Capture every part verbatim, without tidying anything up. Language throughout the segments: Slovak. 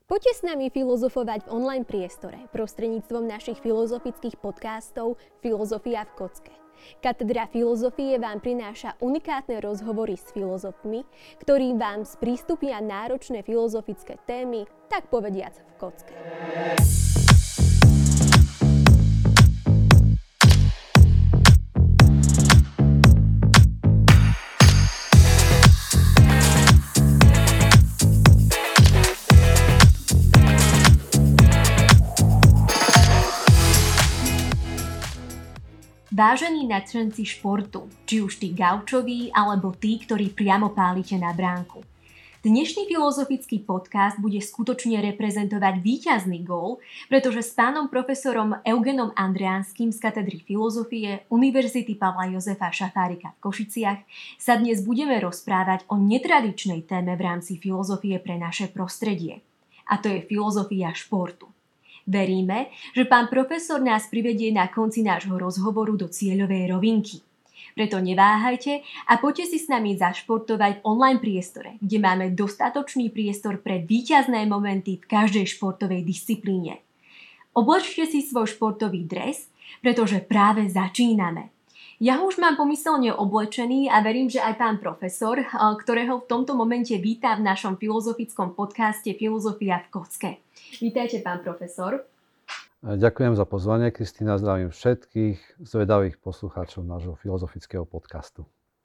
Poďte s nami filozofovať v online priestore prostredníctvom našich filozofických podcastov Filozofia v kocke. Katedra filozofie vám prináša unikátne rozhovory s filozofmi, ktorí vám sprístupnia náročné filozofické témy, tak povediac v kocke. Vážení nadšenci športu, či už tí gaučoví, alebo tí, ktorí priamo pálite na bránku. Dnešný filozofický podcast bude skutočne reprezentovať víťazný gól, pretože s pánom profesorom Eugenom Andriánskym z katedry filozofie Univerzity Pavla Jozefa Šafárika v Košiciach sa dnes budeme rozprávať o netradičnej téme v rámci filozofie pre naše prostredie. A to je filozofia športu. Veríme, že pán profesor nás privedie na konci nášho rozhovoru do cieľovej rovinky. Preto neváhajte a poďte si s nami zašportovať v online priestore, kde máme dostatočný priestor pre víťazné momenty v každej športovej disciplíne. Oblečte si svoj športový dres, pretože práve začíname. Ja už mám pomyselne oblečený a verím, že aj pán profesor, ktorého v tomto momente víta v našom filozofickom podcaste Filozofia v kocke. Vítajte, pán profesor. Ďakujem za pozvanie, Kristína. Zdravím všetkých zvedavých poslucháčov nášho filozofického podcastu.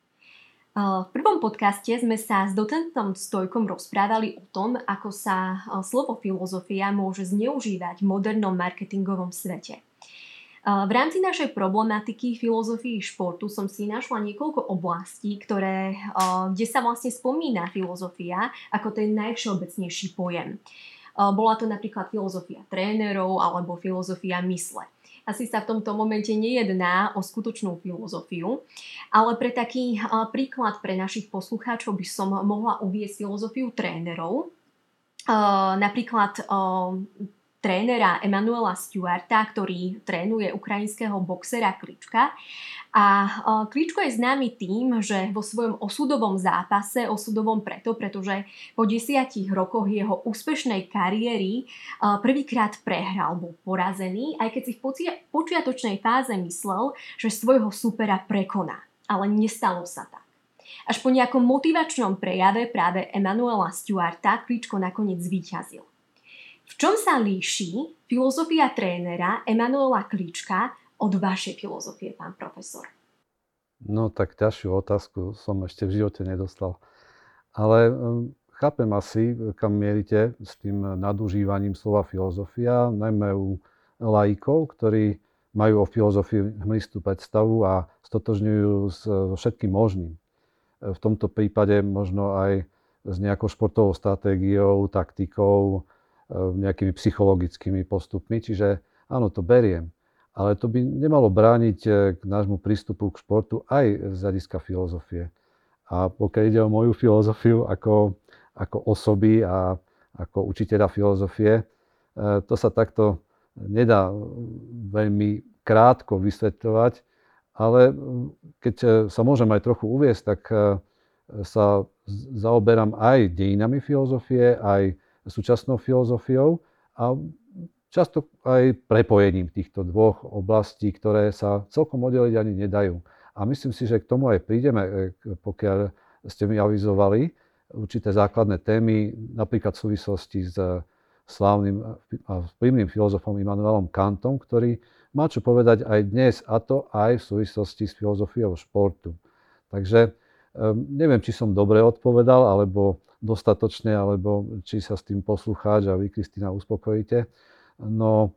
V prvom podcaste sme sa s docentom Stojkom rozprávali o tom, ako sa slovo filozofia môže zneužívať v modernom marketingovom svete. V rámci našej problematiky filozofii športu som si našla niekoľko oblastí, ktoré, kde sa vlastne spomína filozofia ako ten najvšeobecnejší pojem. Bola to napríklad filozofia trénerov alebo filozofia mysle. Asi sa v tomto momente nejedná o skutočnú filozofiu, ale pre taký príklad pre našich poslucháčov by som mohla uviesť filozofiu trénerov. Napríklad trénera Emanuela Stewarta, ktorý trénuje ukrajinského boxera Klička. A Kličko je známy tým, že vo svojom osudovom zápase, osudovom preto, pretože po desiatich rokoch jeho úspešnej kariéry prvýkrát prehral, bol porazený, aj keď si v počiatočnej fáze myslel, že svojho supera prekoná. Ale nestalo sa tak. Až po nejakom motivačnom prejave práve Emanuela Stewarta Kličko nakoniec zvíťazil. V čom sa líši filozofia trénera Emanuela Klička od vašej filozofie, pán profesor? No tak ťažšiu otázku som ešte v živote nedostal. Ale chápem asi, kam mierite s tým nadužívaním slova filozofia, najmä u laikov, ktorí majú o filozofii hmlistú predstavu a stotožňujú so všetkým možným. V tomto prípade možno aj s nejakou športovou stratégiou, taktikou, nejakými psychologickými postupmi, čiže áno, to beriem. Ale to by nemalo brániť k nášmu prístupu k športu aj z hľadiska filozofie. A pokiaľ ide o moju filozofiu ako, ako osoby a ako učiteľa filozofie, to sa takto nedá veľmi krátko vysvetľovať, ale keď sa môžem aj trochu uviesť, tak sa zaoberám aj dejinami filozofie, aj súčasnou filozofiou a často aj prepojením týchto dvoch oblastí, ktoré sa celkom oddeliť ani nedajú. A myslím si, že k tomu aj prídeme, pokiaľ ste mi avizovali určité základné témy, napríklad v súvislosti s slávnym a vplyvným filozofom Immanuelom Kantom, ktorý má čo povedať aj dnes, a to aj v súvislosti s filozofiou športu. Takže neviem, či som dobre odpovedal, alebo dostatočne, alebo či sa s tým poslucháč a vy, Kristína, uspokojíte. No,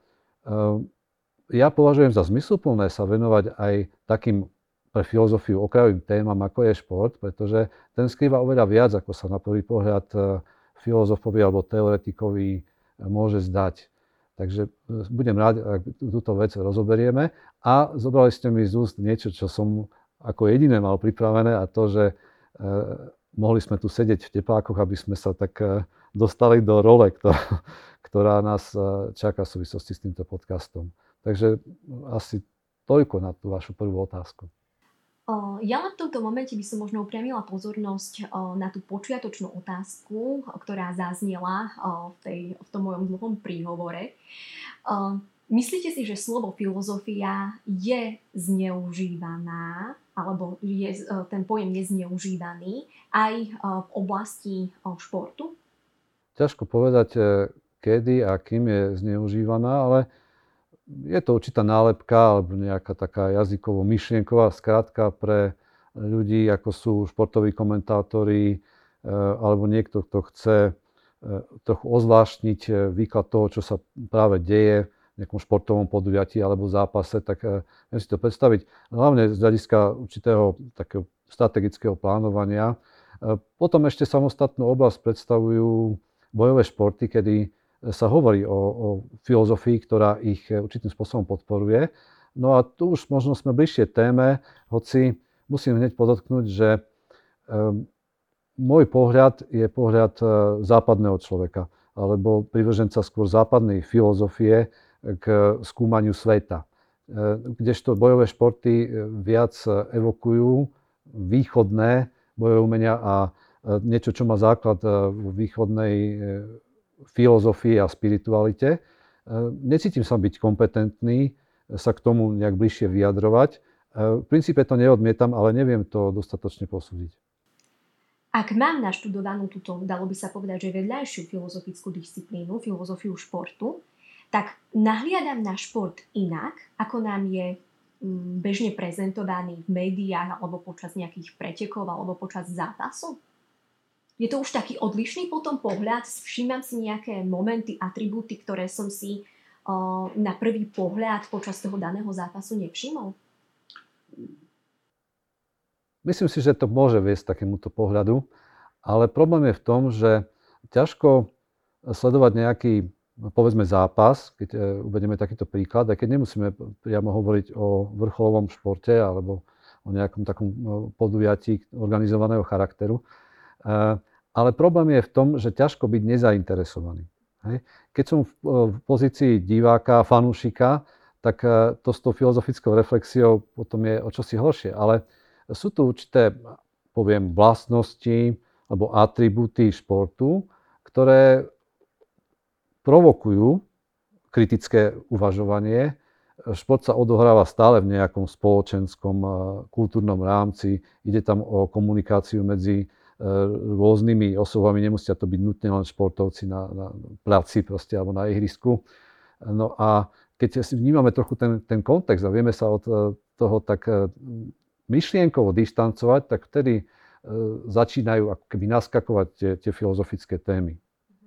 ja považujem za zmysluplné sa venovať aj takým pre filozofiu okrajovým témam, ako je šport, pretože ten skrýva oveľa viac, ako sa na prvý pohľad filozofovi alebo teoretikovi môže zdať. Takže budem rád, ak túto vec rozoberieme. A zobrali ste mi z úst niečo, čo som ako jediné mal pripravené, a to, že mohli sme tu sedieť v teplákoch, aby sme sa tak dostali do role, ktorá, ktorá nás čaká v súvislosti s týmto podcastom. Takže asi toľko na tú vašu prvú otázku. Ja len v tomto momente by som možno upriamila pozornosť na tú počiatočnú otázku, ktorá zaznela v, tej, v tom takom dlhom príhovore. Uh, myslíte si, že slovo filozofia je zneužívaná, alebo je, uh, ten pojem je zneužívaný aj uh, v oblasti uh, športu? Ťažko povedať, kedy a kým je zneužívaná, ale je to určitá nálepka alebo nejaká taká jazykovo-myšlienková skratka pre ľudí, ako sú športoví komentátori alebo niekto, kto chce trochu ozvláštniť výklad toho, čo sa práve deje v nejakom športovom podujatí alebo zápase, tak viem si to predstaviť. Hlavne z hľadiska určitého takého strategického plánovania. Potom ešte samostatnú oblasť predstavujú bojové športy, kedy sa hovorí o, o filozofii, ktorá ich určitým spôsobom podporuje. No a tu už možno sme bližšie téme, hoci musím hneď podotknúť, že um, môj pohľad je pohľad uh, západného človeka, alebo privrženca skôr západnej filozofie k skúmaniu sveta. Uh, kdežto bojové športy viac evokujú východné bojové umenia a niečo, čo má základ v východnej filozofii a spiritualite. Necítim sa byť kompetentný sa k tomu nejak bližšie vyjadrovať. V princípe to neodmietam, ale neviem to dostatočne posúdiť. Ak mám naštudovanú túto, dalo by sa povedať, že vedľajšiu filozofickú disciplínu, filozofiu športu, tak nahliadam na šport inak, ako nám je bežne prezentovaný v médiách alebo počas nejakých pretekov alebo počas zápasu? Je to už taký odlišný potom pohľad? Všímam si nejaké momenty, atribúty, ktoré som si uh, na prvý pohľad počas toho daného zápasu nevšimol? Myslím si, že to môže viesť takémuto pohľadu, ale problém je v tom, že ťažko sledovať nejaký, povedzme, zápas, keď uh, uvedieme takýto príklad, aj keď nemusíme priamo hovoriť o vrcholovom športe alebo o nejakom takom podujatí organizovaného charakteru. Ale problém je v tom, že ťažko byť nezainteresovaný. Keď som v pozícii diváka, fanúšika, tak to s tou filozofickou reflexiou potom je o čosi horšie. Ale sú tu určité, poviem, vlastnosti alebo atribúty športu, ktoré provokujú kritické uvažovanie. Šport sa odohráva stále v nejakom spoločenskom, kultúrnom rámci. Ide tam o komunikáciu medzi rôznymi osobami. Nemusia to byť nutne len športovci na, na placi proste, alebo na ihrisku. No a keď si vnímame trochu ten, ten kontext a vieme sa od toho tak myšlienkovo dištancovať, tak vtedy začínajú ako keby naskakovať tie, tie filozofické témy.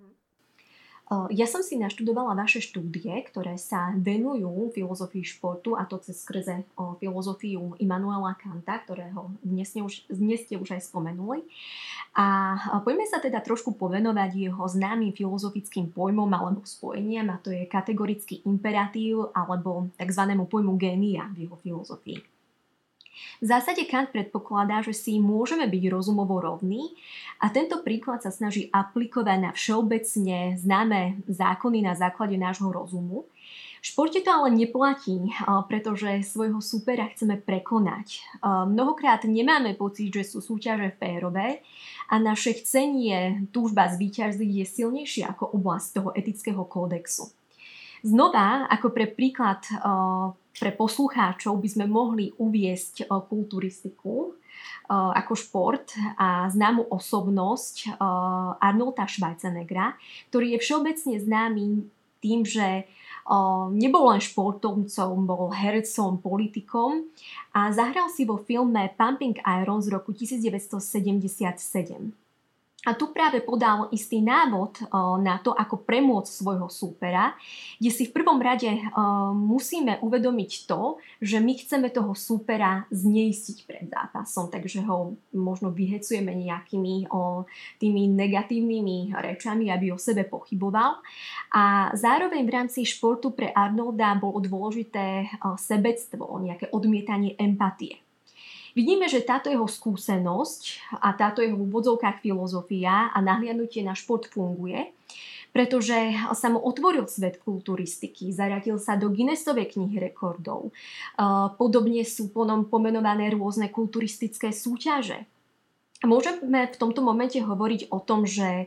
Ja som si naštudovala vaše štúdie, ktoré sa venujú filozofii športu, a to cez skrze filozofiu Immanuela Kanta, ktorého dnes, už, dnes ste už aj spomenuli. A poďme sa teda trošku povenovať jeho známym filozofickým pojmom alebo spojeniam, a to je kategorický imperatív alebo tzv. Pojmu génia v jeho filozofii. V zásade Kant predpokladá, že si môžeme byť rozumovo rovní a tento príklad sa snaží aplikovať na všeobecne známe zákony na základe nášho rozumu. V športe to ale neplatí, pretože svojho súpera chceme prekonať. Mnohokrát nemáme pocit, že sú súťaže férové a naše chcenie, túžba zvíťaziť je silnejšie ako oblasť toho etického kódexu. Znova, ako pre príklad pre poslucháčov by sme mohli uviesť kulturistiku ako šport a známu osobnosť Arnolda Schwarzeneggera, ktorý je všeobecne známy tým, že nebol len športovcom, bol hercom, politikom a zahral si vo filme Pumping Iron z roku devätnásťsedemdesiatsedem. A tu práve podal istý návod na to, ako premôcť svojho súpera, kde si v prvom rade musíme uvedomiť to, že my chceme toho súpera zneistiť pred zápasom, takže ho možno vyhecujeme nejakými tými negatívnymi rečami, aby o sebe pochyboval. A zároveň v rámci športu pre Arnolda bolo dôležité sebectvo, nejaké odmietanie empatie. Vidíme, že táto jeho skúsenosť a táto jeho v úvodzovkách filozofia a nahliadnutie na šport funguje, pretože sa mu otvoril svet kulturistiky, zaradil sa do Guinnessovej knihy rekordov. Podobne sú potom pomenované rôzne kulturistické súťaže. Môžeme v tomto momente hovoriť o tom, že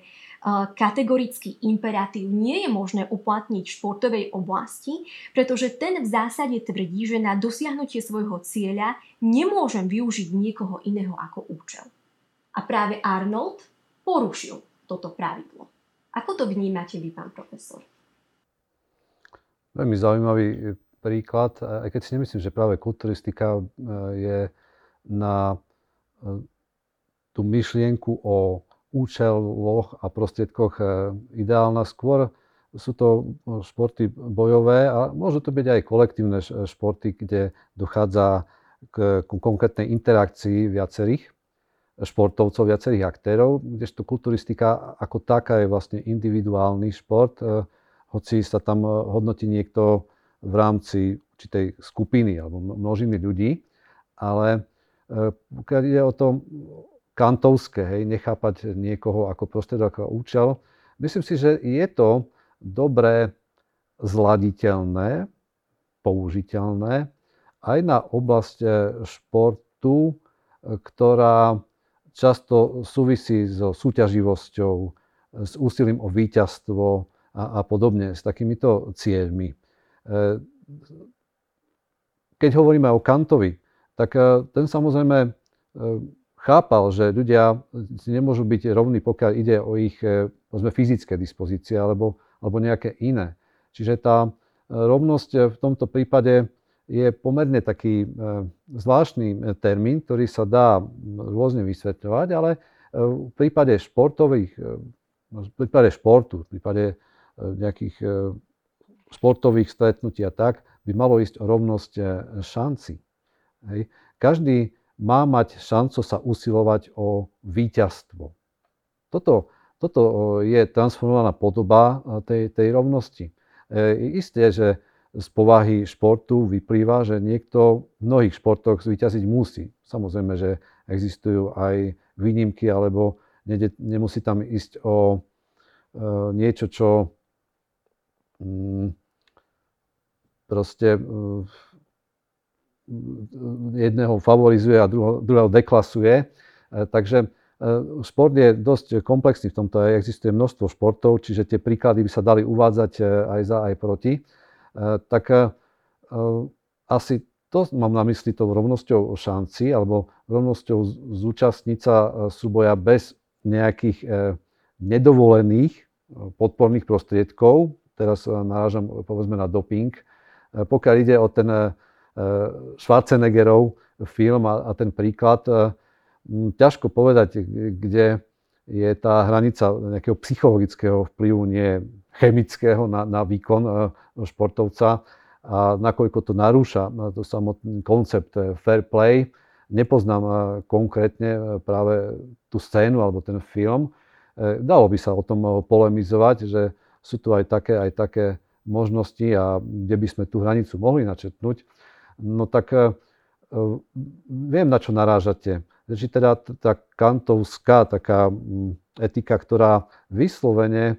kategorický imperatív nie je možné uplatniť v športovej oblasti, pretože ten v zásade tvrdí, že na dosiahnutie svojho cieľa nemôžem využiť niekoho iného ako účel. A práve Arnold porušil toto pravidlo. Ako to vnímate vy, pán profesor? Veľmi zaujímavý príklad, aj keď si nemyslím, že práve kulturistika je na tú myšlienku o účeloch a prostriedkoch ideálna. Skôr sú to športy bojové a môžu to byť aj kolektívne športy, kde dochádza k konkrétnej interakcii viacerých športovcov, viacerých aktérov, kdežto kulturistika ako taká je vlastne individuálny šport, hoci sa tam hodnotí niekto v rámci určitej skupiny alebo množiny ľudí, ale pokiaľ ide o to kantovské, hej, nechápať niekoho ako prostriedok, ako účel, myslím si, že je to dobre zladiteľné, použiteľné aj na oblasť športu, ktorá často súvisí so súťaživosťou, s úsilím o víťazstvo a, a podobne, s takýmito cieľmi. Keď hovoríme o Kantovi, tak ten samozrejme chápal, že ľudia nemôžu byť rovní, pokiaľ ide o ich povedzme, fyzické dispozície alebo, alebo nejaké iné. Čiže tá rovnosť v tomto prípade je pomerne taký zvláštny termín, ktorý sa dá rôzne vysvetľovať, ale v prípade športových, v prípade športu, v prípade nejakých športových stretnutí a tak, by malo ísť o rovnosť šanci. Hej. Každý má mať šancu sa usilovať o víťazstvo. Toto, toto je transformovaná podoba tej, tej rovnosti. Isté, že z povahy športu vyplýva, že niekto v mnohých športoch zvíťaziť musí. Samozrejme, že existujú aj výnimky, alebo nede, nemusí tam ísť o e, niečo, čo mm, proste e, jedného favorizuje a druhého, druhého deklasuje. E, takže e, šport je dosť komplexný v tomto. Existuje množstvo športov, čiže tie príklady by sa dali uvádzať aj za, aj proti. Tak asi to mám na mysli tou rovnosťou šanci alebo rovnosťou zúčastniť sa súboja bez nejakých nedovolených podporných prostriedkov. Teraz narážam povedzme na doping. Pokiaľ ide o ten Schwarzeneggerov film a ten príklad, ťažko povedať, kde je tá hranica nejakého psychologického vplyvu, nie chemického na, na výkon športovca a nakoľko to narúša to samotný koncept fair play. Nepoznám konkrétne práve tú scénu alebo ten film. Dalo by sa o tom polemizovať, že sú tu aj také, aj také možnosti a kde by sme tú hranicu mohli načrtnúť. No tak viem, na čo narážate. Čiže teda tá kantovská taká etika, ktorá vyslovene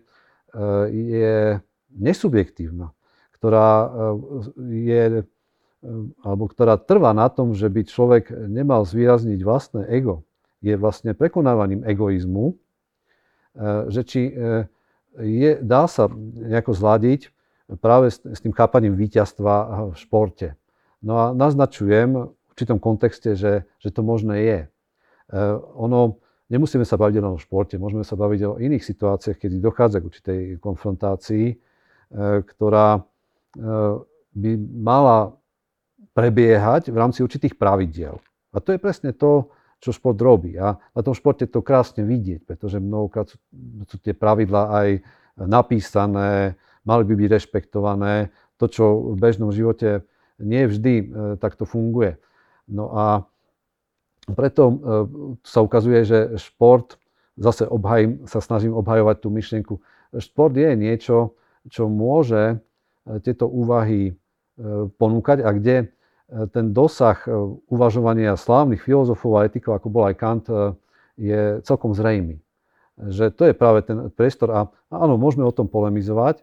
je nesubjektívna, ktorá je, alebo ktorá trvá na tom, že by človek nemal zvýrazniť vlastné ego, je vlastne prekonávaním egoizmu, že či je, dá sa nejako zladiť práve s, s tým chápaním víťazstva v športe. No a naznačujem v určitom kontexte, že, že to možné je. Ono Nemusíme sa baviť len o športe, môžeme sa baviť o iných situáciách, kedy dochádza k určitej konfrontácii, ktorá by mala prebiehať v rámci určitých pravidiel. A to je presne to, čo šport robí. A na tom športe to krásne vidieť, pretože mnohokrát sú, sú tie pravidlá aj napísané, mali by byť rešpektované. To, čo v bežnom živote nie vždy takto funguje. No a preto sa ukazuje, že šport, zase obhajím, sa snažím obhajovať tú myšlienku, šport je niečo, čo môže tieto úvahy ponúkať a kde ten dosah uvažovania slávnych filozofov a etikov, ako bol aj Kant, je celkom zrejmý. Že to je práve ten priestor a áno, môžeme o tom polemizovať,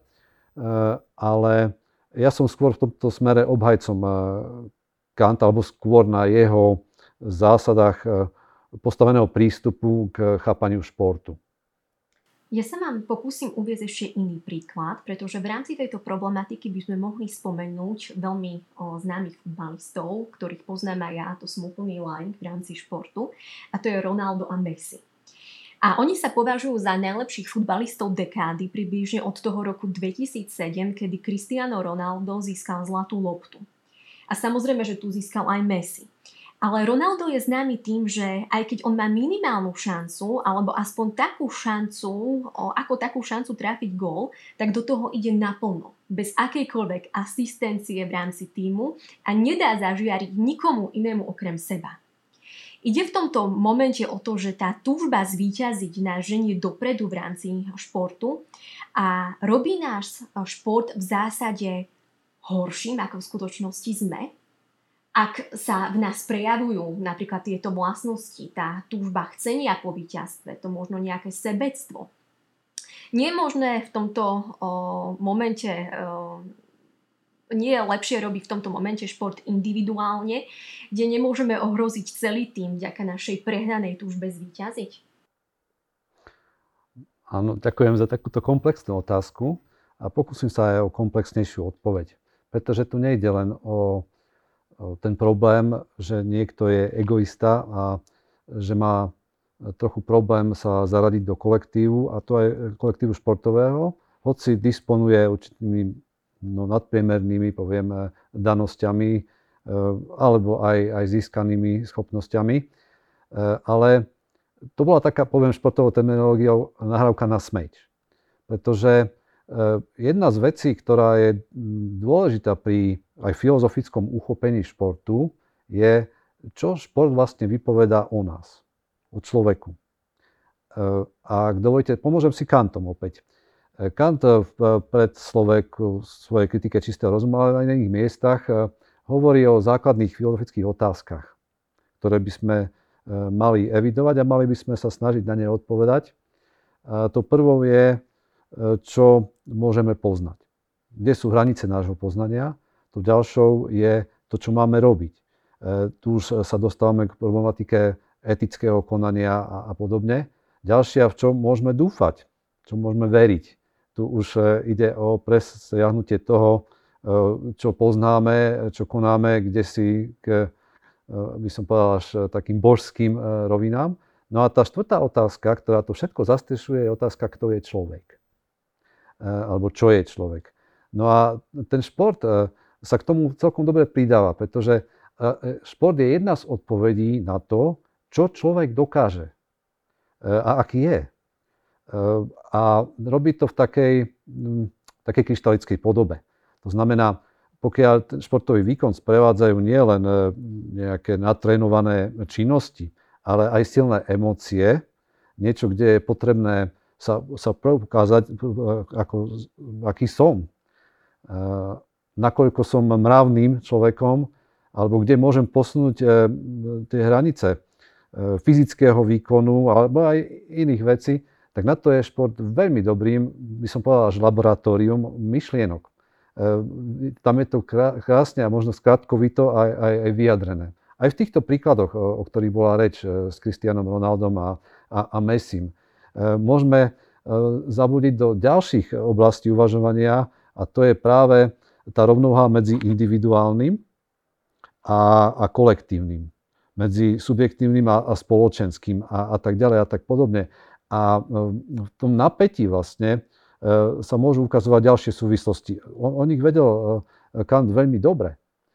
ale ja som skôr v tomto smere obhajcom Kanta, alebo skôr na jeho zásadách postaveného prístupu k chápaniu športu. Ja sa vám pokúsim uviesť ešte iný príklad, pretože v rámci tejto problematiky by sme mohli spomenúť veľmi o, známych futbalistov, ktorých poznám aj ja, to som úplný laik v rámci športu, a to je Ronaldo a Messi. A oni sa považujú za najlepších futbalistov dekády približne od toho roku dvetisícsedem, kedy Cristiano Ronaldo získal zlatú loptu. A samozrejme, že tu získal aj Messi. Ale Ronaldo je známy tým, že aj keď on má minimálnu šancu, alebo aspoň takú šancu, ako takú šancu trafiť gól, tak do toho ide naplno, bez akejkoľvek asistencie v rámci tímu a nedá zažiariť nikomu inému okrem seba. Ide v tomto momente o to, že tá túžba zvíťaziť nás ženie dopredu v rámci športu a robí náš šport v zásade horším, ako v skutočnosti sme. Ak sa v nás prejavujú napríklad tieto vlastnosti, tá túžba chcenia po víťazstve, to možno nejaké sebectvo. Nie je možné v tomto o, momente, o, nie je lepšie robiť v tomto momente šport individuálne, kde nemôžeme ohroziť celý tým vďaka našej prehnanej túžbe zvíťaziť? Áno, ďakujem za takúto komplexnú otázku a pokúsim sa aj o komplexnejšiu odpoveď. Pretože tu nejde len o ten problém, že niekto je egoista a že má trochu problém sa zaradiť do kolektívu, a to aj kolektívu športového, hoci disponuje určitými no, nadpriemernými, poviem, danosťami alebo aj, aj získanými schopnosťami. Ale to bola taká, poviem športovou terminológiou, nahrávka na smeč. Pretože jedna z vecí, ktorá je dôležitá pri aj filozofickom uchopení športu, je, čo šport vlastne vypovedá o nás, o človeku. A ak dovolíte, pomôžem si Kantom opäť. Kant v predslove k svojej kritike čistého rozumu, ale aj na iných miestach hovorí o základných filozofických otázkach, ktoré by sme mali evidovať a mali by sme sa snažiť na ne odpovedať. A to prvou je, čo môžeme poznať. Kde sú hranice nášho poznania? To ďalšou je to, čo máme robiť. Tu už sa dostávame k problematike etického konania a, a podobne. Ďalšia, v čom môžeme dúfať, čo môžeme veriť. Tu už ide o presiahnutie toho, čo poznáme, čo konáme, kde si k, by som povedal, až takým božským rovinám. No a tá štvrtá otázka, ktorá to všetko zastrešuje, je otázka, kto je človek. Alebo čo je človek. No a ten šport sa k tomu celkom dobre pridáva, pretože šport je jedna z odpovedí na to, čo človek dokáže a aký je. A robí to v takej, takej kryštalickej podobe. To znamená, pokiaľ ten športový výkon sprevádzajú nielen nejaké natrénované činnosti, ale aj silné emócie, niečo, kde je potrebné sa, sa preukázať, ako, aký som, nakoľko som mravným človekom, alebo kde môžem posunúť tie hranice fyzického výkonu alebo aj iných vecí, tak na to je šport veľmi dobrým, by som povedal, až laboratórium myšlienok. Tam je to krásne a možno skratkovito aj, aj, aj vyjadrené. Aj v týchto príkladoch, o ktorých bola reč s Cristianom Ronaldom a, a, a Messim, môžeme zabúdiť do ďalších oblastí uvažovania, a to je práve tá rovnováha medzi individuálnym a, a kolektívnym, medzi subjektívnym a, a spoločenským a, a tak ďalej a tak podobne. A v tom napätí vlastne sa môžu ukazovať ďalšie súvislosti. O, o nich vedel Kant veľmi dobre.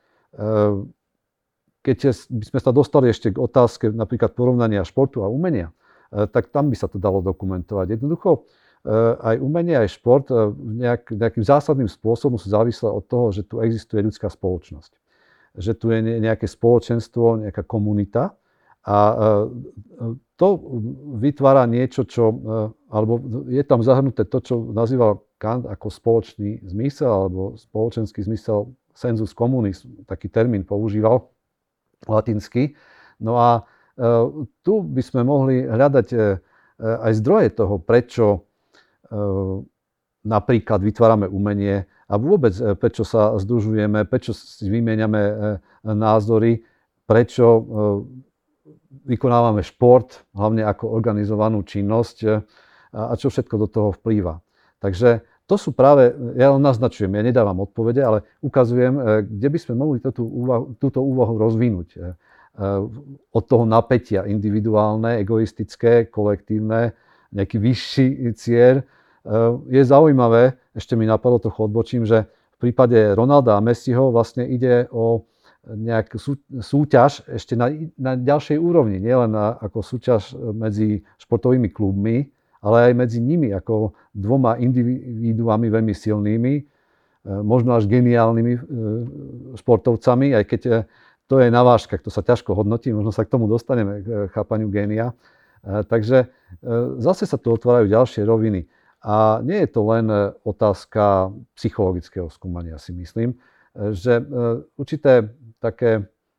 Keď by sme sa dostali ešte k otázke napríklad porovnania športu a umenia, tak tam by sa to dalo dokumentovať. Jednoducho aj umenie, aj šport nejak, nejakým zásadným spôsobom sú závislé od toho, že tu existuje ľudská spoločnosť. Že tu je nejaké spoločenstvo, nejaká komunita a to vytvára niečo, čo, alebo je tam zahrnuté to, čo nazýval Kant ako spoločný zmysel alebo spoločenský zmysel, sensus communis, taký termín používal latinsky. No a tu by sme mohli hľadať aj zdroje toho, prečo napríklad vytvárame umenie a vôbec prečo sa združujeme, prečo si vymieňame názory, prečo vykonávame šport, hlavne ako organizovanú činnosť a čo všetko do toho vplýva. Takže to sú práve, ja len naznačujem, ja nedávam odpovede, ale ukazujem, kde by sme mohli túto úvahu, túto úvahu rozvinúť. Od toho napätia individuálne, egoistické, kolektívne, nejaký vyšší cieľ. Je zaujímavé, ešte mi napadlo, trochu odbočím, že v prípade Ronalda a Messiho vlastne ide o nejakú súťaž ešte na, na ďalšej úrovni, nielen ako súťaž medzi športovými klubmi, ale aj medzi nimi ako dvoma individuami veľmi silnými, možno až geniálnymi športovcami, aj keď to je na vážkach, to sa ťažko hodnotí, možno sa k tomu dostaneme, k chápaniu génia. Takže zase sa tu otvárajú ďalšie roviny. A nie je to len otázka psychologického skúmania, si myslím, že určité také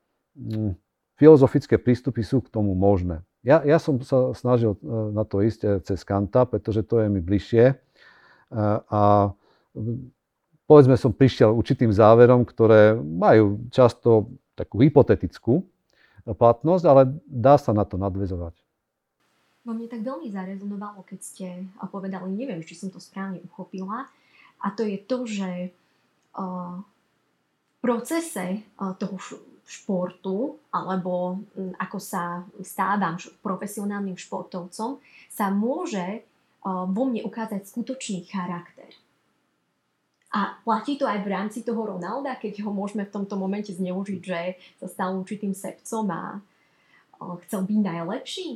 filozofické prístupy sú k tomu možné. Ja, ja som sa snažil na to ísť cez Kanta, pretože to je mi bližšie. A povedzme, som prišiel určitým záverom, ktoré majú často takú hypotetickú platnosť, ale dá sa na to nadväzovať. Vo mne tak veľmi zarezonovalo, keď ste povedali, neviem, či som to správne uchopila, a to je to, že uh, v procese uh, toho športu, alebo um, ako sa stávam profesionálnym športovcom, sa môže uh, vo mne ukázať skutočný charakter. A platí to aj v rámci toho Ronalda, keď ho môžeme v tomto momente zneužiť, že sa stal určitým sebcom a uh, chcel byť najlepší?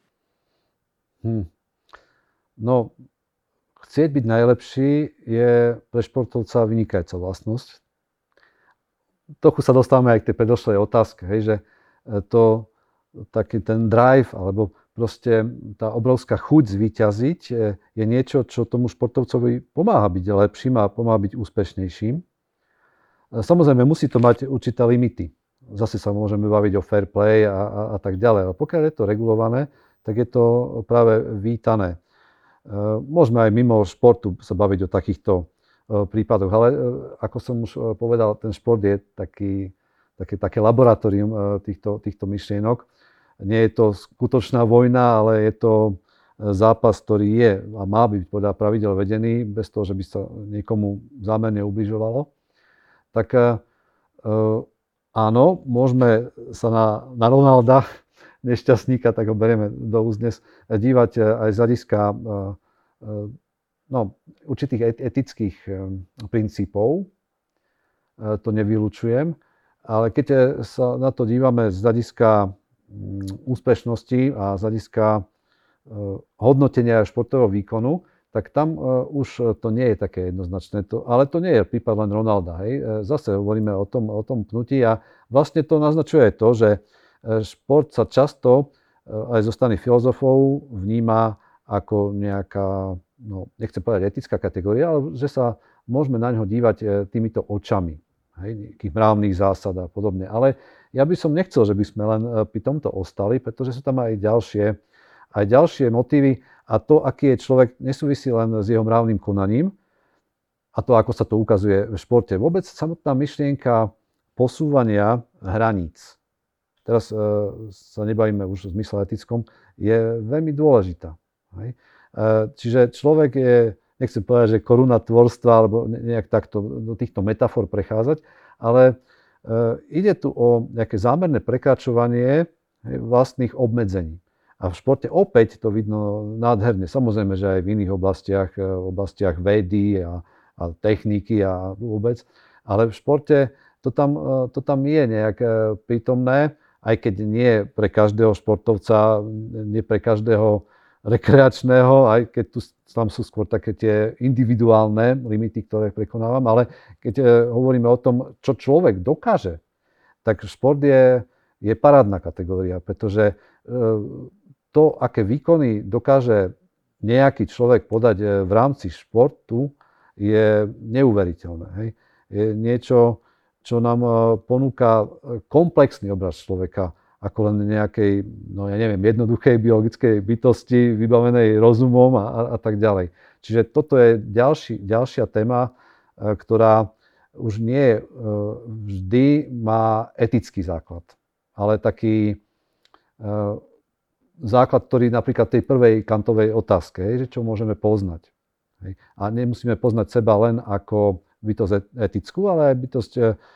Hmm. No, chcieť byť najlepší je pre športovca vynikajúca vlastnosť. Trochu sa dostávame aj k tej predošlej otázke, hej, že to, taký ten drive, alebo proste tá obrovská chuť zvíťaziť je niečo, čo tomu športovcovi pomáha byť lepším a pomáha byť úspešnejším. Samozrejme, musí to mať určité limity. Zase sa môžeme baviť o fair play a, a, a tak ďalej. Ale pokiaľ je to regulované, tak je to práve vítané. Môžeme aj mimo športu sa baviť o takýchto prípadoch, ale ako som už povedal, ten šport je taký, také, také laboratórium týchto, týchto myšlienok. Nie je to skutočná vojna, ale je to zápas, ktorý je a má byť podľa pravidel vedený, bez toho, že by sa niekomu zámerne ubližovalo. Tak áno, môžeme sa na, na Ronalda, nešťastníka, tak ho berieme do úst dnes, dívať aj z hľadiska no, určitých etických princípov. To nevylučujem. Ale keď sa na to dívame z hľadiska úspešnosti a z hľadiska hodnotenia športového výkonu, tak tam už to nie je také jednoznačné. To, ale to nie je prípad len Ronalda. Hej. Zase hovoríme o tom, o tom pnutí a vlastne to naznačuje to, že šport sa často aj zo strany filozofov vníma ako nejaká, no nechcem povedať etická kategória, ale že sa môžeme na ňo dívať týmito očami, hej, nejakých mravných zásad a podobne. Ale ja by som nechcel, že by sme len pri tomto ostali, pretože sú tam aj ďalšie, aj ďalšie motívy a to, aký je človek, nesúvisí len s jeho mravným konaním a to, ako sa to ukazuje v športe. Vôbec samotná myšlienka posúvania hraníc, teraz e, sa nebavíme už v zmysle etickom, je veľmi dôležitá. Hej. E, čiže človek je, nechcem povedať, že koruna tvorstva, alebo nejak takto do týchto metafor prechádzať, ale e, ide tu o nejaké zámerné prekračovanie hej, vlastných obmedzení. A v športe opäť to vidno nádherne. Samozrejme, že aj v iných oblastiach, v oblastiach vedy a, a techniky a vôbec, ale v športe to tam, to tam je nejak prítomné, aj keď nie pre každého športovca, nie pre každého rekreačného, aj keď tu, tam sú skôr také tie individuálne limity, ktoré prekonávam, ale keď hovoríme o tom, čo človek dokáže, tak šport je, je parádna kategória, pretože to, aké výkony dokáže nejaký človek podať v rámci športu, je neuveriteľné. Hej. Je niečo, čo nám ponúka komplexný obraz človeka, ako len nejakej, no ja neviem, jednoduchej biologickej bytosti, vybavenej rozumom a, a, a tak ďalej. Čiže toto je ďalší, ďalšia téma, ktorá už nie vždy má etický základ, ale taký základ, ktorý napríklad tej prvej Kantovej otázke, že čo môžeme poznať. Hej. A nemusíme poznať seba len ako bytosť etickú, ale aj bytosť,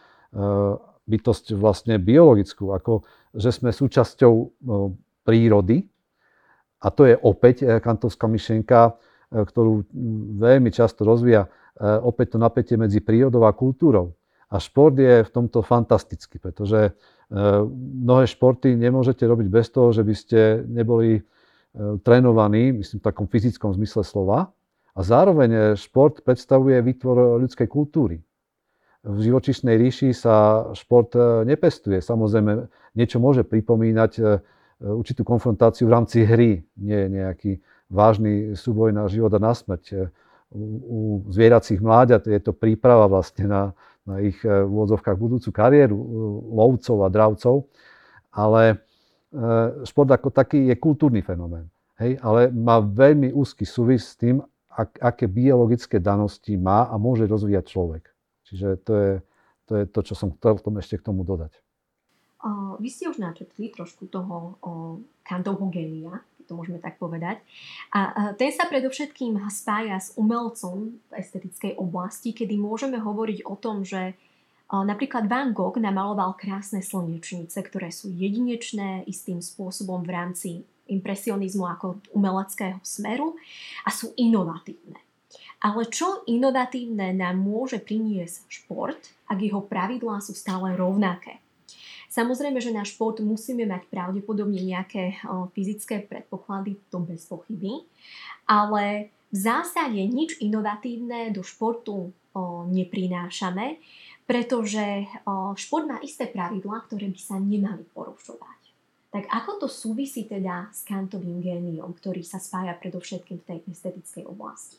bytosť vlastne biologickú, ako že sme súčasťou prírody. A to je opäť kantovská myšlienka, ktorú veľmi často rozvíja, opäť to napätie medzi prírodou a kultúrou. A šport je v tomto fantastický, pretože mnohé športy nemôžete robiť bez toho, že by ste neboli trénovaní, myslím v takom fyzickom zmysle slova. A zároveň šport predstavuje výtvor ľudskej kultúry. V živočíšnej ríši sa šport nepestuje. Samozrejme, niečo môže pripomínať určitú konfrontáciu v rámci hry. Nie je nejaký vážny súboj na život a na smrť. U zvieracích mláďat je to príprava vlastne na, na ich v úvodzovkách budúcu kariéru lovcov a dravcov. Ale šport ako taký je kultúrny fenomén. Hej? Ale má veľmi úzky súvis s tým, ak, aké biologické danosti má a môže rozvíjať človek. Čiže to je to, je to čo som chcel ešte k tomu dodať. Uh, vy ste už načetli trošku toho uh, Kantovho génia, to môžeme tak povedať. A uh, ten sa predovšetkým spája s umelcom v estetickej oblasti, kedy môžeme hovoriť o tom, že uh, napríklad Van Gogh namaloval krásne slnečnice, ktoré sú jedinečné istým spôsobom v rámci impresionizmu ako umeleckého smeru a sú inovatívne. Ale čo inovatívne nám môže priniesť šport, ak jeho pravidlá sú stále rovnaké? Samozrejme, že na šport musíme mať pravdepodobne nejaké o, fyzické predpoklady, to bez pochyby, ale v zásade nič inovatívne do športu o, neprinášame, pretože o, šport má isté pravidlá, ktoré by sa nemali porušovať. Tak ako to súvisí teda s Kantovým géniom, ktorý sa spája predovšetkým v tej estetickej oblasti?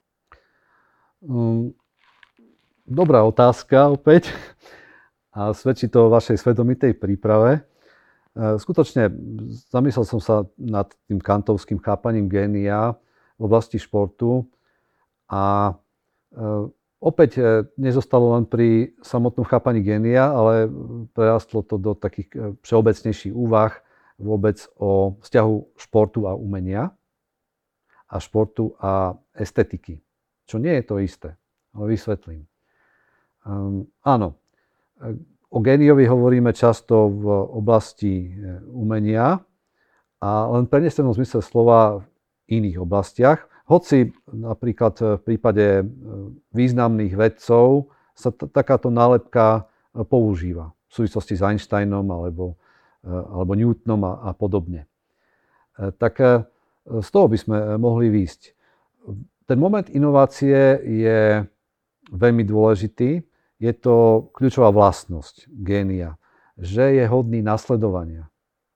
Um, dobrá otázka opäť. A svedčí to o vašej svedomitej príprave. Skutočne zamyslel som sa nad tým kantovským chápaním génia v oblasti športu a opäť nezostalo len pri samotnom chápaní génia, ale prerastlo to do takých všeobecnejších úvah vôbec o vzťahu športu a umenia a športu a estetiky. Čo nie je to isté, ale vysvetlím. Um, áno, o géniovi hovoríme často v oblasti umenia a len v prenesenom zmysle slova v iných oblastiach. Hoci napríklad v prípade významných vedcov sa t- takáto nálepka používa v súvislosti s Einsteinom alebo, alebo Newtonom a, a podobne. Tak z toho by sme mohli výjsť. Ten moment inovácie je veľmi dôležitý. Je to kľúčová vlastnosť génia, že je hodný nasledovania.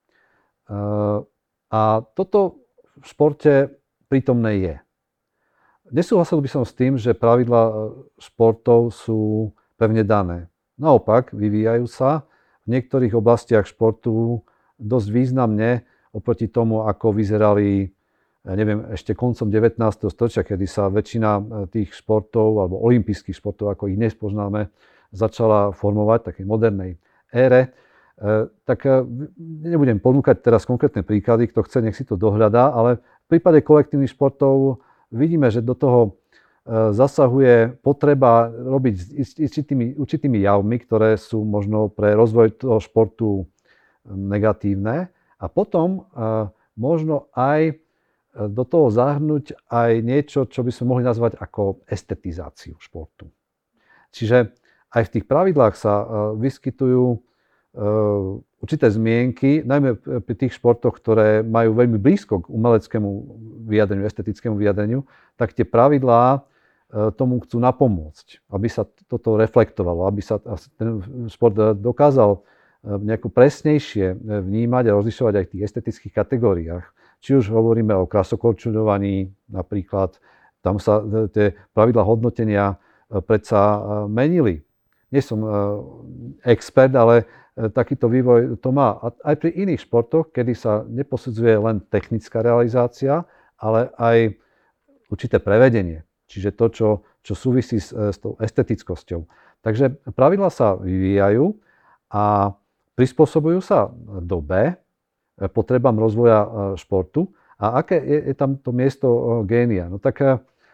A toto v športe prítomné je. Nesúhlasil by som s tým, že pravidlá športov sú pevne dané. Naopak, vyvíjajú sa v niektorých oblastiach športu dosť významne oproti tomu, ako vyzerali, ja neviem, ešte koncom devätnásteho storočia, kedy sa väčšina tých športov, alebo olympijských športov, ako ich dnes poznáme, začala formovať v takej modernej ére. Tak nebudem ponúkať teraz konkrétne príklady, kto chce, nech si to dohľadá, ale v prípade kolektívnych športov vidíme, že do toho zasahuje potreba robiť s určitými, určitými javmi, ktoré sú možno pre rozvoj toho športu negatívne. A potom možno aj do toho zahrnúť aj niečo, čo by sme mohli nazvať ako estetizáciu športu. Čiže aj v tých pravidlách sa vyskytujú určité zmienky, najmä pri tých športoch, ktoré majú veľmi blízko k umeleckému vyjadreniu, estetickému vyjadreniu, tak tie pravidlá tomu chcú napomôcť, aby sa toto reflektovalo, aby sa ten šport dokázal nejako presnejšie vnímať a rozlišovať aj v tých estetických kategóriách. Či už hovoríme o krasokorčuľovaní napríklad, tam sa tie pravidlá hodnotenia predsa menili. Nie som expert, ale takýto vývoj to má. A aj pri iných športoch, kedy sa neposudzuje len technická realizácia, ale aj určité prevedenie. Čiže to, čo, čo súvisí s, s tou estetickosťou. Takže pravidlá sa vyvíjajú a prispôsobujú sa dobe. potrebám rozvoja športu. A aké je, je tam to miesto génia? No tak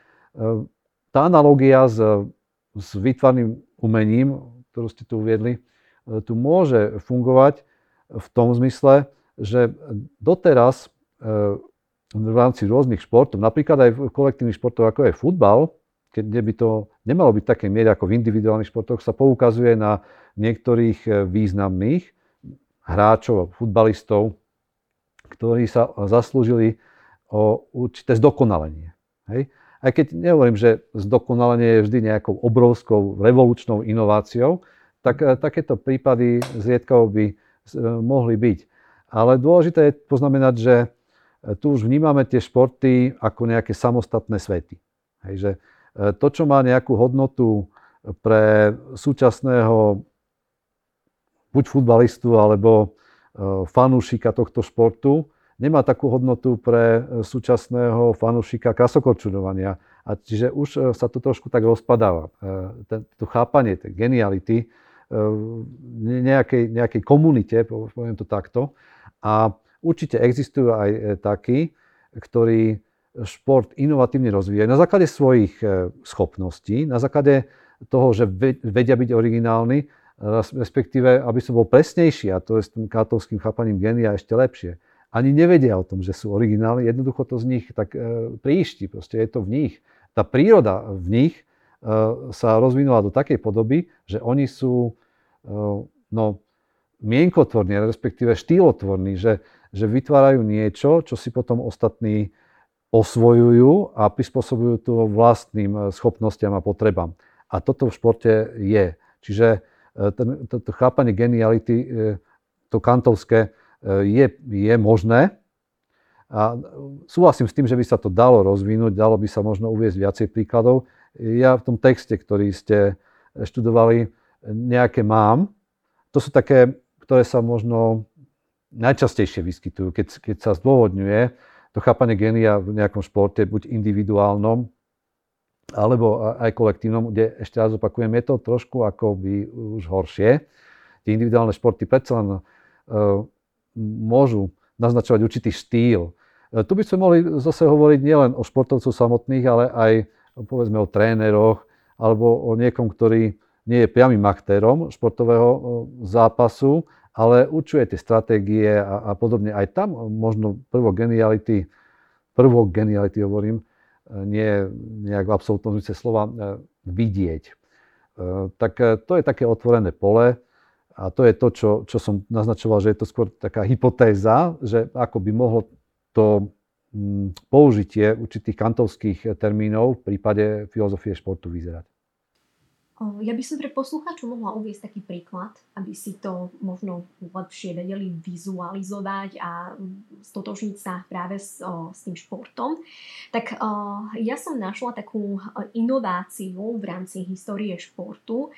tá analogia s, s výtvarným umením, ktorú ste tu uviedli, tu môže fungovať v tom zmysle, že doteraz v rámci rôznych športov, napríklad aj v kolektívnych športoch, ako je futbal, kde by to nemalo byť také miere ako v individuálnych športoch, sa poukazuje na niektorých významných hráčov, futbalistov, ktorí sa zaslúžili o určité zdokonalenie. Hej? Aj keď nehovorím, že zdokonalenie je vždy nejakou obrovskou revolučnou inováciou, tak takéto prípady zriedkavo by mohli byť. Ale dôležité je poznamenať, že tu už vnímame tie športy ako nejaké samostatné svety. Hej, že to, čo má nejakú hodnotu pre súčasného buď futbalistu alebo fanúšika tohto športu, nemá takú hodnotu pre súčasného fanúšika krasokorčuľovania. A čiže už sa to trošku tak rozpadáva. To chápanie tej geniality nejakej, nejakej komunite, poviem to takto. A určite existujú aj takí, ktorí šport inovatívne rozvíjajú na základe svojich schopností, na základe toho, že vedia byť originálni, respektíve, aby som bol presnejší, a to je s tým kátovským chápaním génia ešte lepšie. Ani nevedia o tom, že sú originálni, jednoducho to z nich tak e, príšti, proste je to v nich. Tá príroda v nich e, sa rozvinula do takej podoby, že oni sú e, no, mienkotvorní, respektíve štýlotvorní, že, že vytvárajú niečo, čo si potom ostatní osvojujú a prispôsobujú to vlastným schopnostiam a potrebám. A toto v športe je. Čiže ten, to, to chápanie geniality, to kantovské, je, je možné. A súhlasím s tým, že by sa to dalo rozvinúť, dalo by sa možno uviesť viacej príkladov. Ja v tom texte, ktorý ste študovali, nejaké mám. To sú také, ktoré sa možno najčastejšie vyskytujú, keď, keď sa zdôvodňuje to chápanie génia v nejakom športe, buď individuálnom, alebo aj kolektívnom, kde ešte raz opakujem, je to trošku akoby už horšie. Tie individuálne športy predsa len uh, môžu naznačovať určitý štýl. Uh, tu by sme mohli zase hovoriť nielen o športovcoch samotných, ale aj povedzme o tréneroch, alebo o niekom, ktorý nie je priamym aktérom športového uh, zápasu, ale určuje tie stratégie a, a podobne. Aj tam možno prvok geniality, prvok geniality hovorím, nie nejak v absolútnom zmysle slova, vidieť. Tak to je také otvorené pole a to je to, čo, čo som naznačoval, že je to skôr taká hypotéza, že ako by mohlo to použitie určitých kantovských termínov v prípade filozofie športu vyzerať. Ja by som pre poslucháčov mohla uviesť taký príklad, aby si to možno lepšie vedeli vizualizovať a stotožniť sa práve s, o, s tým športom. Tak o, ja som našla takú inováciu v rámci histórie športu. O,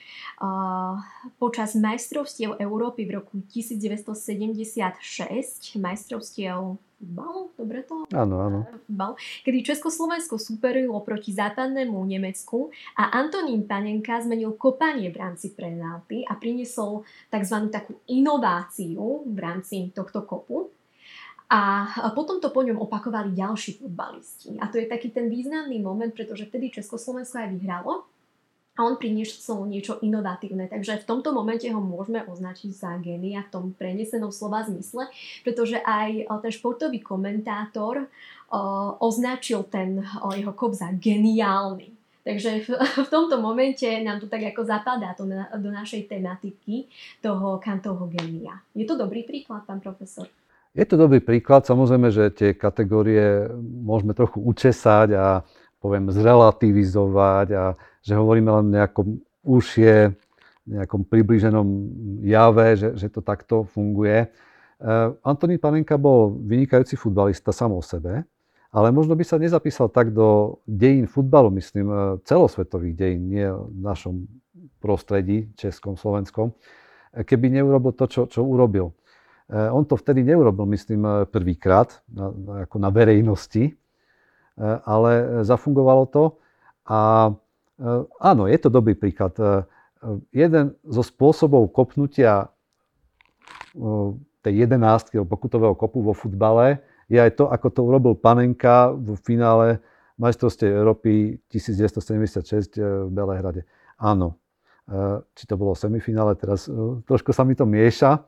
počas majstrovstiev Európy v roku devätnásťsedemdesiatšesť, majstrovstiev Bal, dobre to? Áno, áno. Bal, kedy Československo superilo proti západnému Nemecku a Antonín Panenka zmenil kopanie v rámci penalty a priniesol tzv. Takú inováciu v rámci tohto kopu. A potom to po ňom opakovali ďalší futbalisti. A to je taký ten významný moment, pretože vtedy Československo aj vyhralo. A on priniesol niečo inovatívne. Takže v tomto momente ho môžeme označiť za génia v tom prenesenom slova zmysle, pretože aj ten športový komentátor o, označil ten o, jeho kop za geniálny. Takže v, v tomto momente nám to tak ako zapadá to na, do našej tematiky toho Kantovho génia. Je to dobrý príklad, pán profesor? Je to dobrý príklad. Samozrejme, že tie kategórie môžeme trochu učesať a poviem zrelativizovať a že hovoríme len nejakom užšie, nejakom priblíženom jave, že, že to takto funguje. Uh, Antonín Panenka bol vynikajúci futbalista sám o sebe, ale možno by sa nezapísal tak do dejín futbalu, myslím, celosvetových dejín, nie v našom prostredí, českom, slovenskom, keby neurobil to, čo, čo urobil. Uh, on to vtedy neurobil, myslím, prvýkrát na, na, ako na verejnosti, uh, ale zafungovalo to a áno, je to dobrý príklad. Jeden zo spôsobov kopnutia tej tej jedenástky pokutového kopu vo futbale je aj to, ako to urobil Panenka v finále majstrovstiev Európy devätnásťstosedemdesiatšesť v Belehrade. Áno, či to bolo v semifinále, teraz trošku sa mi to mieša.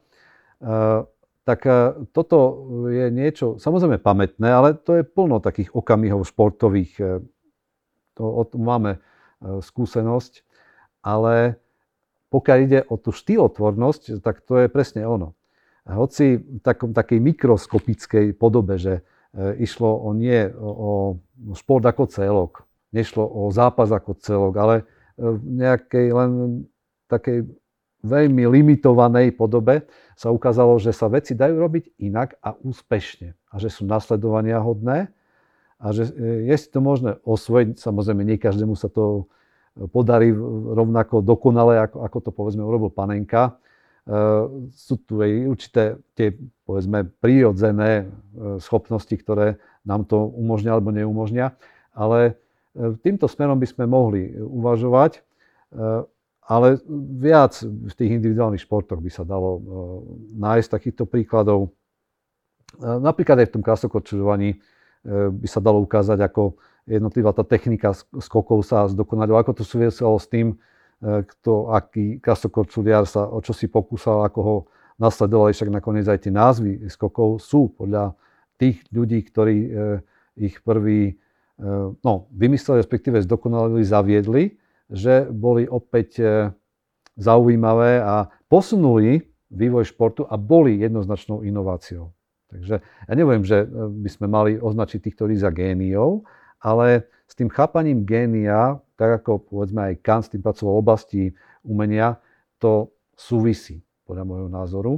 Tak toto je niečo, samozrejme pamätné, ale to je plno takých okamihov športových. To, o tom máme skúsenosť, ale pokiaľ ide o tú štýlotvornosť, tak to je presne ono. Hoci v takom, takej mikroskopickej podobe, že e, išlo o nie o, o šport ako celok, nešlo o zápas ako celok, ale v nejakej len takej veľmi limitovanej podobe sa ukázalo, že sa veci dajú robiť inak a úspešne. A že sú nasledovania hodné a že je si to možné osvojiť. Samozrejme, nie každému sa to podarí rovnako dokonale, ako, ako to povedzme urobil Panenka. Uh, sú tu aj určité tie, povedzme, prírodzené uh, schopnosti, ktoré nám to umožnia alebo neumožnia, ale uh, týmto smerom by sme mohli uvažovať, uh, ale viac v tých individuálnych športoch by sa dalo uh, nájsť takýchto príkladov. Uh, napríklad aj v tom krasokorčuľovaní uh, by sa dalo ukázať, ako jednotlivá tá technika skokov sa zdokonalila, ako to súviselo s tým, kto, aký krasokorčuliar sa o čo si pokúsal, ako ho nasledovali, však nakoniec aj tie názvy skokov sú podľa tých ľudí, ktorí e, ich prvý e, no, vymysleli, respektíve zdokonalili, zaviedli, že boli opäť e, zaujímavé a posunuli vývoj športu a boli jednoznačnou inováciou. Takže ja neviem, že by sme mali označiť týchto ľudí za géniov, ale s tým chápaním génia, tak ako povedzme aj Kant s tým pracoval v oblasti umenia, to súvisí, podľa môjho názoru.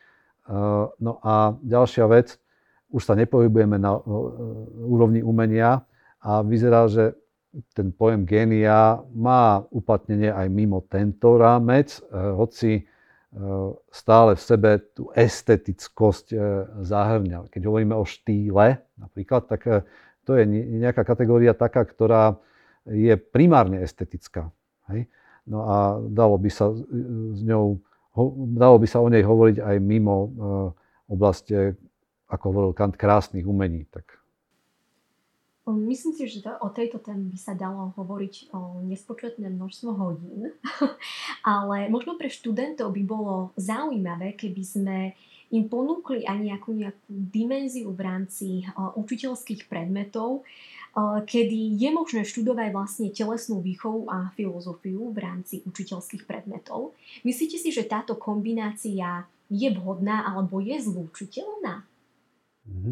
No a ďalšia vec, už sa nepohybujeme na úrovni umenia a vyzerá, že ten pojem génia má uplatnenie aj mimo tento rámec, hoci stále v sebe tú estetickosť zahŕňa. Keď hovoríme o štýle napríklad, tak to je nejaká kategória taká, ktorá je primárne estetická. Hej? No a dalo by sa s ňou, dalo by sa o nej hovoriť aj mimo uh, oblasti, ako hovoril Kant, krásnych umení. Tak. Myslím si, že to, o tejto téme by sa dalo hovoriť o nespočetné množstvo hodín, ale možno pre študentov by bolo zaujímavé, keby sme im ponúkli aj nejakú, nejakú dimenziu v rámci uh, učiteľských predmetov, uh, kedy je možné študovať vlastne telesnú výchovu a filozofiu v rámci učiteľských predmetov. Myslíte si, že táto kombinácia je vhodná alebo je zlúčiteľná? Mm-hmm.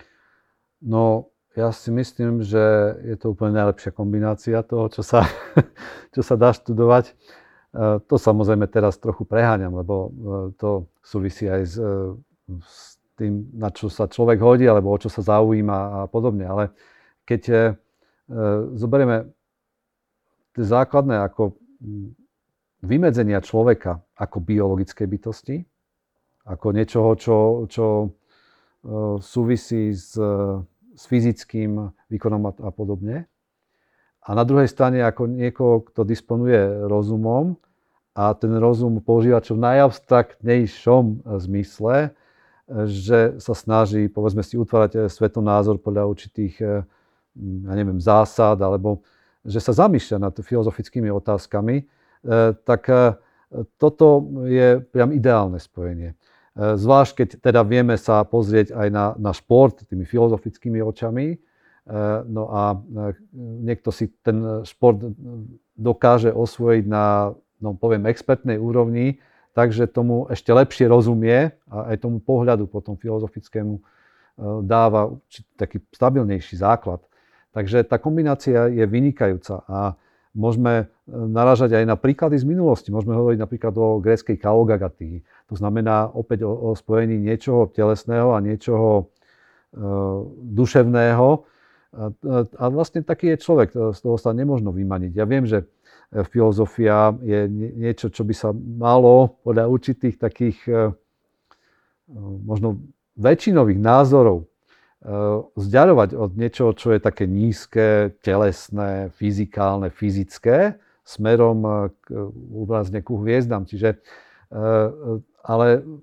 No, ja si myslím, že je to úplne najlepšia kombinácia toho, čo sa, čo sa dá študovať. To samozrejme teraz trochu preháňam, lebo to súvisí aj s, s tým, na čo sa človek hodí, alebo o čo sa zaujíma a podobne. Ale keď e, zoberieme tie základné ako vymedzenia človeka ako biologickej bytosti, ako niečoho, čo, čo e, súvisí s, s fyzickým výkonom a, a podobne, a na druhej strane ako niekoho, kto disponuje rozumom a ten rozum používa čo v najabstraktnejšom zmysle, že sa snaží, povedzme si, utvárať svetonázor podľa určitých, ja neviem, zásad, alebo že sa zamýšľa nad filozofickými otázkami, tak toto je priam ideálne spojenie. Zvlášť, keď teda vieme sa pozrieť aj na, na šport tými filozofickými očami. No a niekto si ten šport dokáže osvojiť na, no poviem, expertnej úrovni, takže tomu ešte lepšie rozumie a aj tomu pohľadu potom filozofickému dáva taký stabilnejší základ. Takže tá kombinácia je vynikajúca a môžeme narážať aj na príklady z minulosti. Môžeme hovoriť napríklad o gréckej kalogagatii. To znamená opäť o, o spojení niečoho telesného a niečoho e, duševného. A, a vlastne taký je človek, z toho sa nemožno vymaniť. Ja viem, že filozofia je niečo, čo by sa malo podľa určitých takých možno väčšinových názorov vzdialovať od niečoho, čo je také nízke, telesné, fyzikálne, fyzické, smerom k, vlastne ku hviezdam. Čiže, ale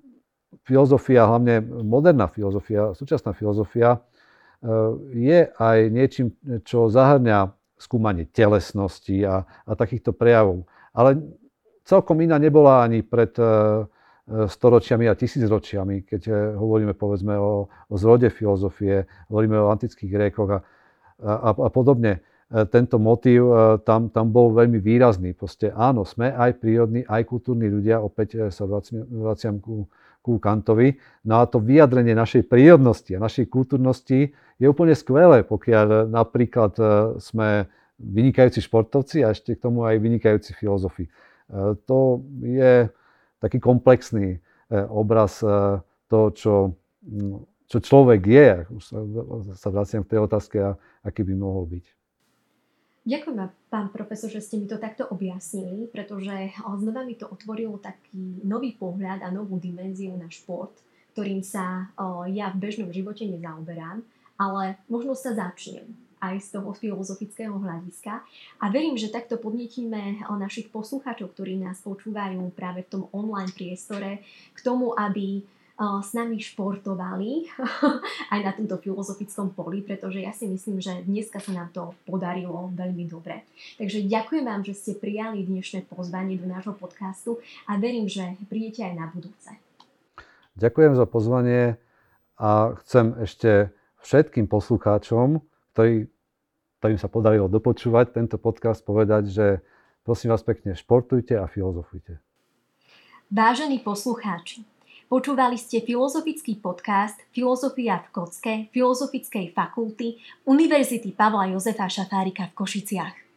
filozofia, hlavne moderná filozofia, súčasná filozofia, je aj niečím, čo zahŕňa skúmanie telesnosti a, a takýchto prejavov. Ale celkom iná nebola ani pred storočiami a tisícročiami, keď hovoríme povedzme o, o zrode filozofie, hovoríme o antických Grékoch a, a, a podobne. Tento motív tam, tam bol veľmi výrazný. Proste áno, sme aj prírodní, aj kultúrni ľudia, opäť sa vraciam ku, ku Kantovi. No a to vyjadrenie našej prírodnosti a našej kultúrnosti je úplne skvelé, pokiaľ napríklad sme vynikajúci športovci a ešte k tomu aj vynikajúci filozofi. To je taký komplexný obraz toho, čo, čo človek je. Už sa vraciam k tej otázke, aký by mohol byť. Ďakujem, pán profesor, že ste mi to takto objasnili, pretože znova mi to otvorilo taký nový pohľad a novú dimenziu na šport, ktorým sa ja v bežnom živote nezaoberám, ale možno sa začnem aj z toho filozofického hľadiska. A verím, že takto podnetíme našich poslucháčov, ktorí nás počúvajú práve v tom online priestore, k tomu, aby s nami športovali aj na tomto filozofickom poli, pretože ja si myslím, že dneska sa nám to podarilo veľmi dobre. Takže ďakujem vám, že ste prijali dnešné pozvanie do nášho podcastu a verím, že prídete aj na budúce. Ďakujem za pozvanie a chcem ešte všetkým poslucháčom, ktorí, ktorým sa podarilo dopočúvať tento podcast, povedať, že prosím vás pekne, športujte a filozofujte. Vážení poslucháči, počúvali ste filozofický podcast Filozofia v kocke Filozofickej fakulty Univerzity Pavla Jozefa Šafárika v Košiciach.